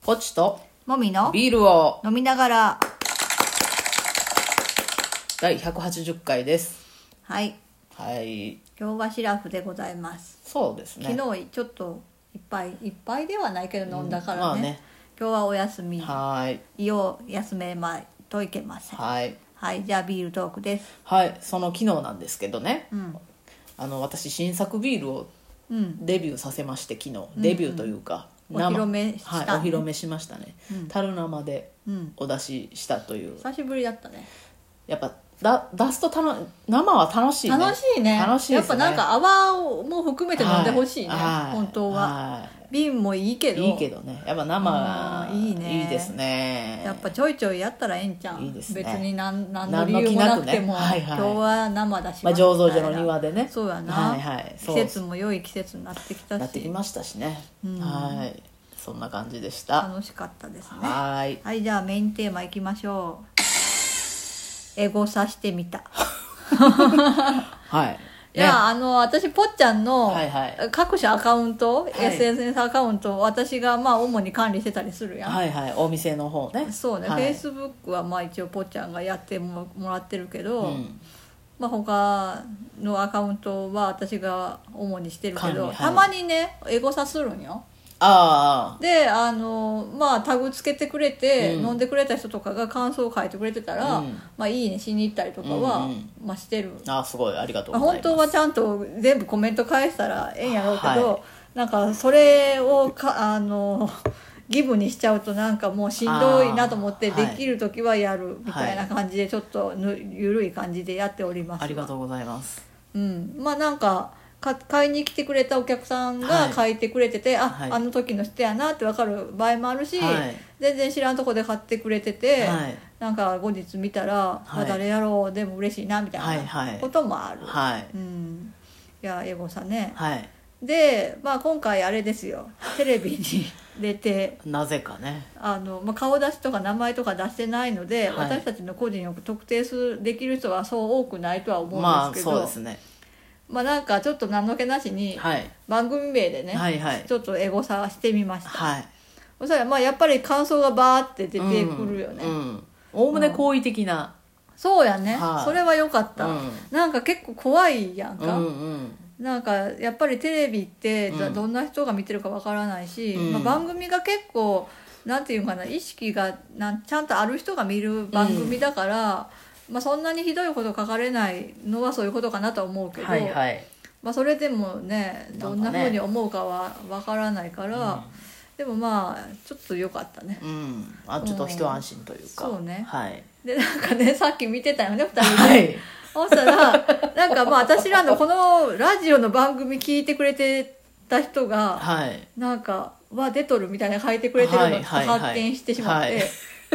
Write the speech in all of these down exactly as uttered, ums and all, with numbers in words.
ポチともみのビールを飲みながら。 だいひゃくはちじゅっかいです。 はい、 はい、 今日はシラフでございます。 そうですね。 昨日ちょっといっぱいいっぱいではないけど飲んだからね、 うんまあね、 今日はお休み、 はい胃を休めまいといけません。 はい、 はい、じゃあビールトークです。 はい、その昨日なんですけどね、 うんあの私新作ビールをうんデビューさせまして、昨日デビューというか、 お披露目したね、 はい、お披露目しましたね、 うん、 樽生でうんお出ししたという。 久しぶりだったね。 やっぱだ出すとたの生は楽しいね。 楽しいね。 楽しいですね。 やっぱなんか泡も含めて飲んでほしいね、 はい、 本当は、 はい、 瓶もいいけどいいけどね、やっぱ生がいいね、 いいですね。 やっぱちょいちょいやったらええんちゃん。 いいですね、 別に何何の理由もなくても、 ね、はいはい、 今日は生だし、 まあ、醸造所の庭でね。 そうやな、 はいはい、 季節も良い季節になってきたしなってきましたしね、 うん、 はい、そんな感じでした。 楽しかったですね。 はい、 はい、じゃあメインテーマいきましょう。エゴサしてみたはい、 いや、ね、あの私ぽっちゃんの各種アカウント、はいはい、エスエヌエス アカウントを私がまあ主に管理してたりするやん。 はいはい、お店の方ね。 そうね、 はい、 Facebook はまあ一応ぽっちゃんがやってもらってるけど、うん、まあ、他のアカウントは私が主にしてるけど、はい、たまにねエゴサするんよ。 あであのまあタグつけてくれて、うん、飲んでくれた人とかが感想を書いてくれてたら、うん、まあいいねしに行ったりとかは、うんうん、まあ、してる。 あ、すごいありがとうございます。 本当はちゃんと全部コメント返したらええんやろうけど、はい、なんかそれをかあのギブにしちゃうとなんかもうしんどいなと思って、できる時はやるみたいな感じでちょっとぬゆるい感じでやっております。 ありがとうございます。 うん、まあなんかか買いに来てくれたお客さんが書いてくれてて、はい、あ、はい、あの時の人やなって分かる場合もあるし、はい、全然知らんとこで買ってくれてて、はい、なんか後日見たら、はい、あ、誰やろうでも嬉しいなみたいなこともある、はいはい、うん、いやエゴさね、はい、で、まあ、今回あれですよ、テレビに出てなぜかねあの、まあ、顔出しとか名前とか出してないので、はい、私たちの個人を特定するできる人はそう多くないとは思うんですけど、まあ、そうですね、まあ、なんかちょっと何の気なしに番組名でね、はいはい、ちょっとエゴサしてみました、はい、そしたらまあやっぱり感想がバーって出てくるよね。 おおむね好意的な、 うん、そうやね、はい、それは良かった、うん、なんか結構怖いやんか、うんうん、なんかやっぱりテレビってどんな人が見てるかわからないし、うん、まあ、番組が結構なんていうかな、意識がなんちゃんとある人が見る番組だから、うん、まあ、そんなにひどいこと書かれないのはそういうことかなと思うけど、はいはい、まあ、それでもねどんな風に思うかはわからないから、うん、でもまあちょっと良かったね、うん、 あ、ちょっと一安心というか、 うん、そうね、 はい、 でなんかねさっき見てたよねふたりで、はい、そしたらなんかまあ私らのこのラジオの番組聞いてくれてた人が、はい、なんかは出とるみたいな書いてくれてるのを発見してしまって、はいはいはい、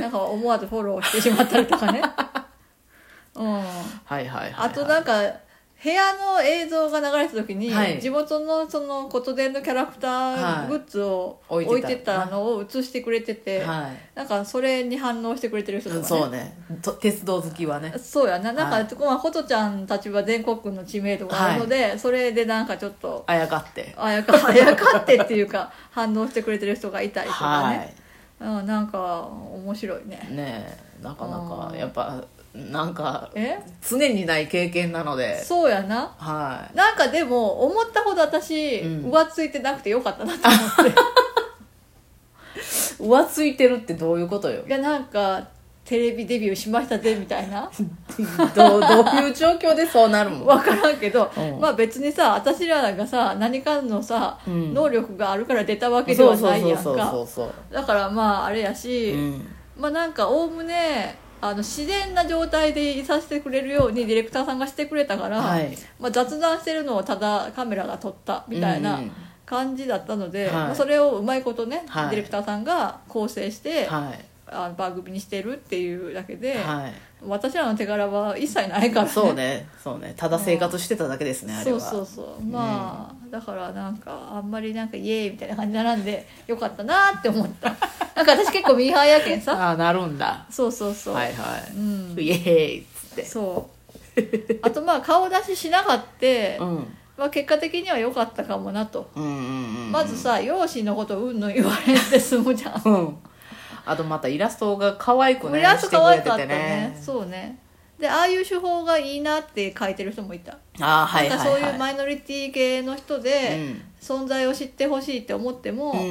なんか思わずフォローしてしまったりとかねうん、はいはいはいはい、あとなんか部屋の映像が流れた時に、はい、地元のその琴電のキャラクターグッズを置いてたのを映してくれてて、はい、なんかそれに反応してくれてる人とかね、 そうね、鉄道好きはね、 そうやな、なんか、はい、まあ、琴ちゃんたちは全国区の知名度があるので、はい、それでなんかちょっとあやかってあやかあやかってっていうか反応してくれてる人がいたりとかね、はい、うん、なんか面白いね。ねえ、なかなかやっぱなんか常にない経験なので、 そうやな、はい、なんかでも思ったほど私、うん、浮ついてなくてよかったなと思って浮ついてるってどういうことよ。 いや、なんかテレビデビューしましたぜみたいなど, うどういう状況でそうなるの分からんけど、うん、まあ別にさ私らがさ何かのさ、うん、能力があるから出たわけではないやんか。だからまああれやし、うん、まあなんかおおむねあの自然な状態でいさせてくれるようにディレクターさんがしてくれたから、はい、まあ、雑談してるのをただカメラが撮ったみたいな感じだったので、うんうん、まあ、それをうまいことね、はい、ディレクターさんが構成して、はい、あの番組にしてるっていうだけで、はい、私らの手柄は一切ないからね。 そうね、そうね、ただ生活してただけですね、うん、あれは。 そうそうそう、まあ、うん、だからなんかあんまりなんかイエーイみたいな感じなんでよかったなって思ったなんか私結構ミーハーやけんさあ、なるんだ、 そうそうそう、 はいはい、うん、イエーイっつって、 そうあとまあ顔出ししなかった、うん、 まあ、結果的には良かったかもなと、 うんうんうんうん、 まずさ容姿のことうんぬん言われて済むじゃん、 うん、あとまたイラストが可愛くねイラスト可愛かったしてくれててね。そうね。でああいう手法がいいなって書いてる人もいた。 あ、はいはいはい、 なんかそういうマイノリティ系の人で存在を知ってほしいって思っても、うんうん、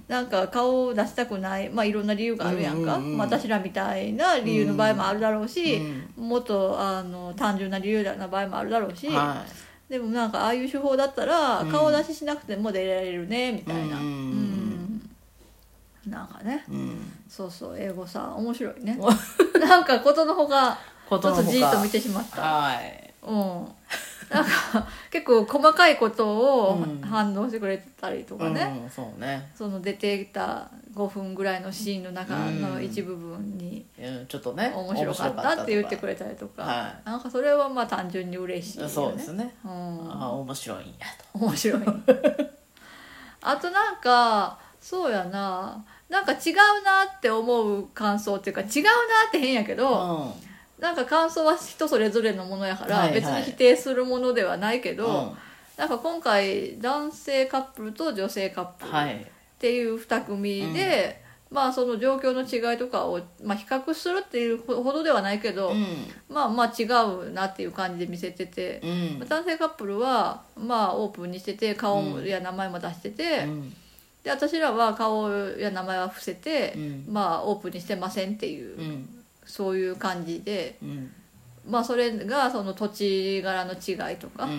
なんか顔を出したくない、まあいろんな理由があるやんか、うんうんうん、まあ、私らみたいな理由の場合もあるだろうし、うんうん、もっとあの単純な理由な場合もあるだろうし、はい、でもなんかああいう手法だったら顔出ししなくても出られるねみたいな、うんうんうん、なんかね、うん、そうそう英語さ面白いねなんかことのほかちょっとじーっと見てしまった。はい、うん、なんか結構細かいことを反応してくれてたりとかね、 うんうん、そうね、 その出てきたごふんぐらいのシーンの中の一部分にちょっとね面白かったって言ってくれたりとか、はい、なんかそれはまあ単純に嬉しいよね。 そうですね、うん、あ面白いんやと面白いあとなんかそうやな、なんか違うなって思う感想っていうか、違うなって変やけど、うんなんか感想は人それぞれのものやから別に否定するものではないけど、はいはい、なんか今回男性カップルと女性カップルっていうに組で、うん、まあその状況の違いとかを、まあ、比較するっていうほどではないけど、うん、まあまあ違うなっていう感じで見せてて、うん、男性カップルはまあオープンにしてて顔や名前も出してて、うん、で私らは顔や名前は伏せて、まあオープンにしてませんっていう、そういう感じで、うん、まあそれがその土地柄の違いとか、うんうん、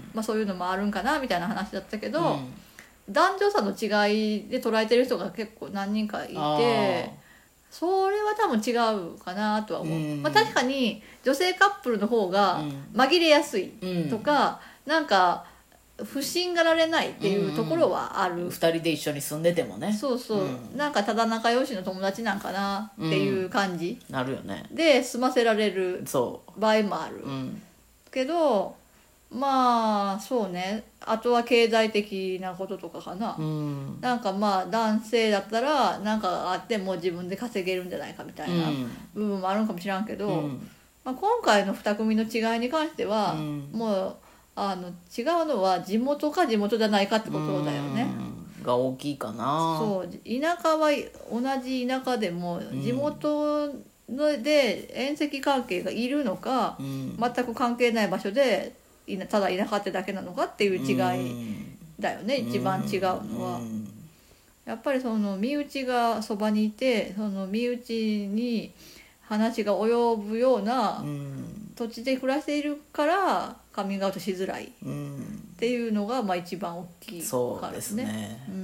まあ、そういうのもあるんかなみたいな話だったけど、うん、男女差の違いで捉えてる人が結構何人かいて、それは多分違うかなとは思う、うん、まあ、確かに女性カップルの方が紛れやすいとか、うん、なんか不審がられないっていうところはある、うんうん、 ふたりで一緒に住んでてもね、 そうそう、うん、なんかただ仲良しの友達なんかなっていう感じ、 うん、なるよね、 で済ませられる場合もある、うん、けどまあそうね、あとは経済的なこととかかな、うん、なんかまあ男性だったらなんかあっても自分で稼げるんじゃないかみたいな部分もあるんかもしらんけど、うん、まあ、今回のに組の違いに関しては、うん、もうあの違うのは地元か地元じゃないかってことだよね、 が大きいかな。 そう田舎は同じ田舎でも地元で縁戚関係がいるのか、うん、全く関係ない場所でただ田舎ってだけなのかっていう違いだよね、うん、一番違うのは、うん、やっぱりその身内がそばにいてその身内に話が及ぶような土地で暮らしているからカミングアウトしづらいっていうのがまあ一番大きいからですね。そうですね、うんうん、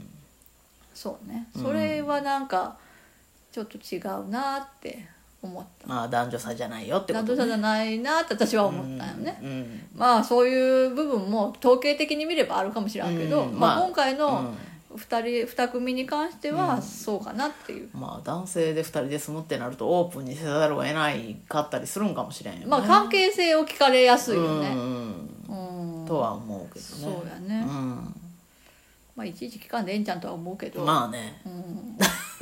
そうね、それはなんかちょっと違うなって思った、 まあ男女差じゃないよってことね。 男女差じゃないなって私は思ったよね、うんうん、まあそういう部分も統計的に見ればあるかもしれんけど、うん、まあ、今回のふたりに組に関してはそうかなっていう、 うん、まあ男性でふたりで住むってなるとオープンにせざるを得ないかったりするんかもしれんよね。 まあ関係性を聞かれやすいよね、 うんうん、とは思うけどね。 そうやね、うん、まあいちいち聞かんでええんちゃんとは思うけど、 まあね、うん、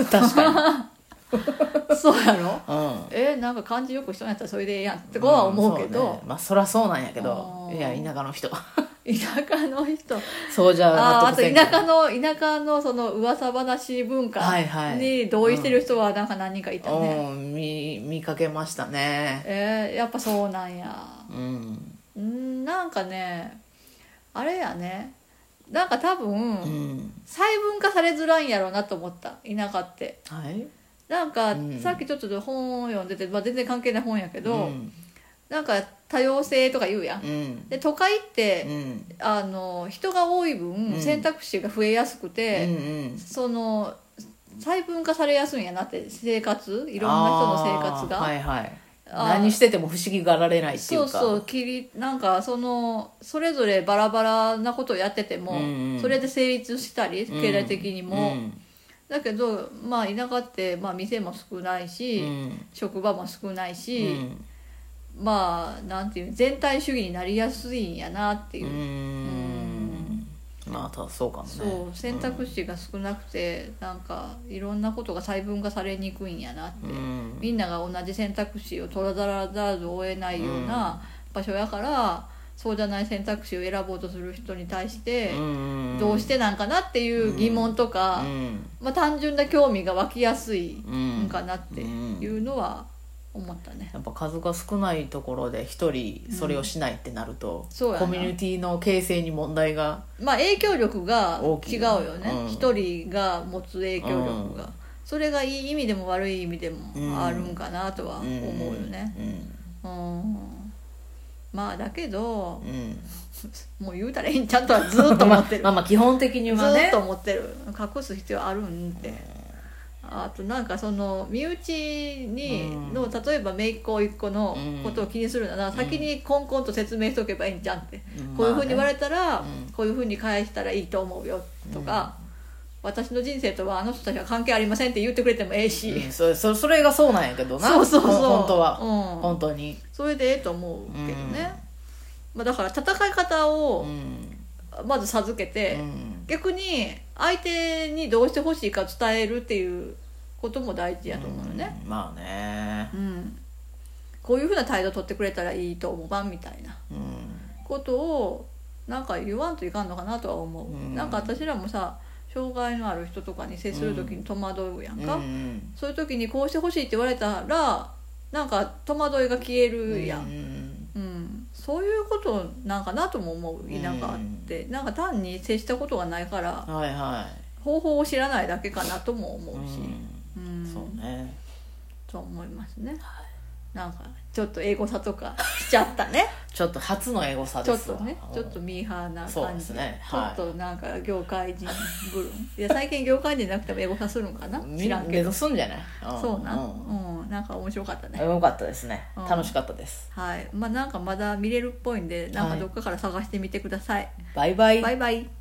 確かにそうやろ、うん、えなんか感じよく人にやったらそれでええやんってことは思うけど、うんね、 まあそりゃそうなんやけど、いや田舎の人田舎の人そうじゃああと田舎の田舎のその噂話文化に同意してる人はなんか何人かいたね、 はいはい、うん、見, 見かけましたね。 えー、やっぱそうなんや、うん、んなんかねあれやね、なんか多分、うん、細分化されづらいんやろうなと思った、田舎って、はい、なんか、うん、さっきちょっと本を読んでて、まあ、全然関係ない本やけど、うん、なんか多様性とか言うやん、うん、で都会って、うん、あの人が多い分、うん、選択肢が増えやすくて、うんうん、その細分化されやすいんやなって、生活いろんな人の生活が、 はいはい、何してても不思議がられないっていうか、 そうそうきりなんかそのそれぞれバラバラなことをやってても、うんうん、それで成立したり経済的にも、うんうん、だけどまあ田舎って、まあ、店も少ないし、うん、職場も少ないし、うんまあなんていう全体主義になりやすいんやなっていう、うーんうんまあただそうかもね。 そう選択肢が少なくて、うん、なんかいろんなことが細分化されにくいんやなって、うん、みんなが同じ選択肢を取らざるを得ないような場所やから、 そうじゃない選択肢を選ぼうとする人に対してどうしてなんかなっていう疑問とか、まあ、単純な興味が湧きやすいんかなっていうのは思ったね。 やっぱ数が少ないところで一人それをしないってなると、 うん、 コミュニティの形成に問題がまあ影響力が違うよね。一、 うん、 人が持つ影響力が、うん、それがいい意味でも悪い意味でもあるんかなとは思うよね。うん、うんうんまあだけど、うん、もう言うたらいいんちゃんとはずっと思ってるまあまあ基本的にはねずっと思ってる。隠す必要あるんって、うん、あとなんかその身内にの、うん、例えば姪っ子甥っ子のことを気にするなら、うん、先にコンコンと説明しておけばいいんじゃんって、うん、こういうふうに言われたら、まあね、こういうふうに返したらいいと思うよとか、うん、私の人生とはあの人たちは関係ありませんって言ってくれてもええし、 うん、そ, そ, それがそうなんやけどなそうそうそう本当は、 うん、 本当にそれでええと思うけどね、うんまあ、だから戦い方をまず授けて、うん、逆に相手にどうしてほしいか伝えるっていうことも大事やと思うよね、 うん、まあね、 うん、こういうふうな態度取ってくれたらいいと思うみたいなことをなんか言わんといかんのかなとは思う、うん、なんか私らもさ障害のある人とかに接する時に戸惑うやんか、うんうん、そういう時にこうしてほしいって言われたらなんか戸惑いが消えるやん、うんうん、そういうことなんかなとも思う田舎って、うん、なんか単に接したことがないから、 はいはい、 方法を知らないだけかなとも思うし、 うんうん、そうねと思いますね、はい、なんかちょっとエゴサとかしちゃったねちょっと初のエゴサですわちょっとねちょっとミーハーな感じそうですね、はい、 ちょっとなんか業界人ぶるんいや最近業界人じゃなくてもエゴサするんかな知らんけど目指すんじゃない、 うん、そうな、うんうん、なんか面白かったねよかったですね、うん、楽しかったです。 はいまあなんかまだ見れるっぽいんでなんかどっかから探してみてください、 はい、バイバイバイバイ。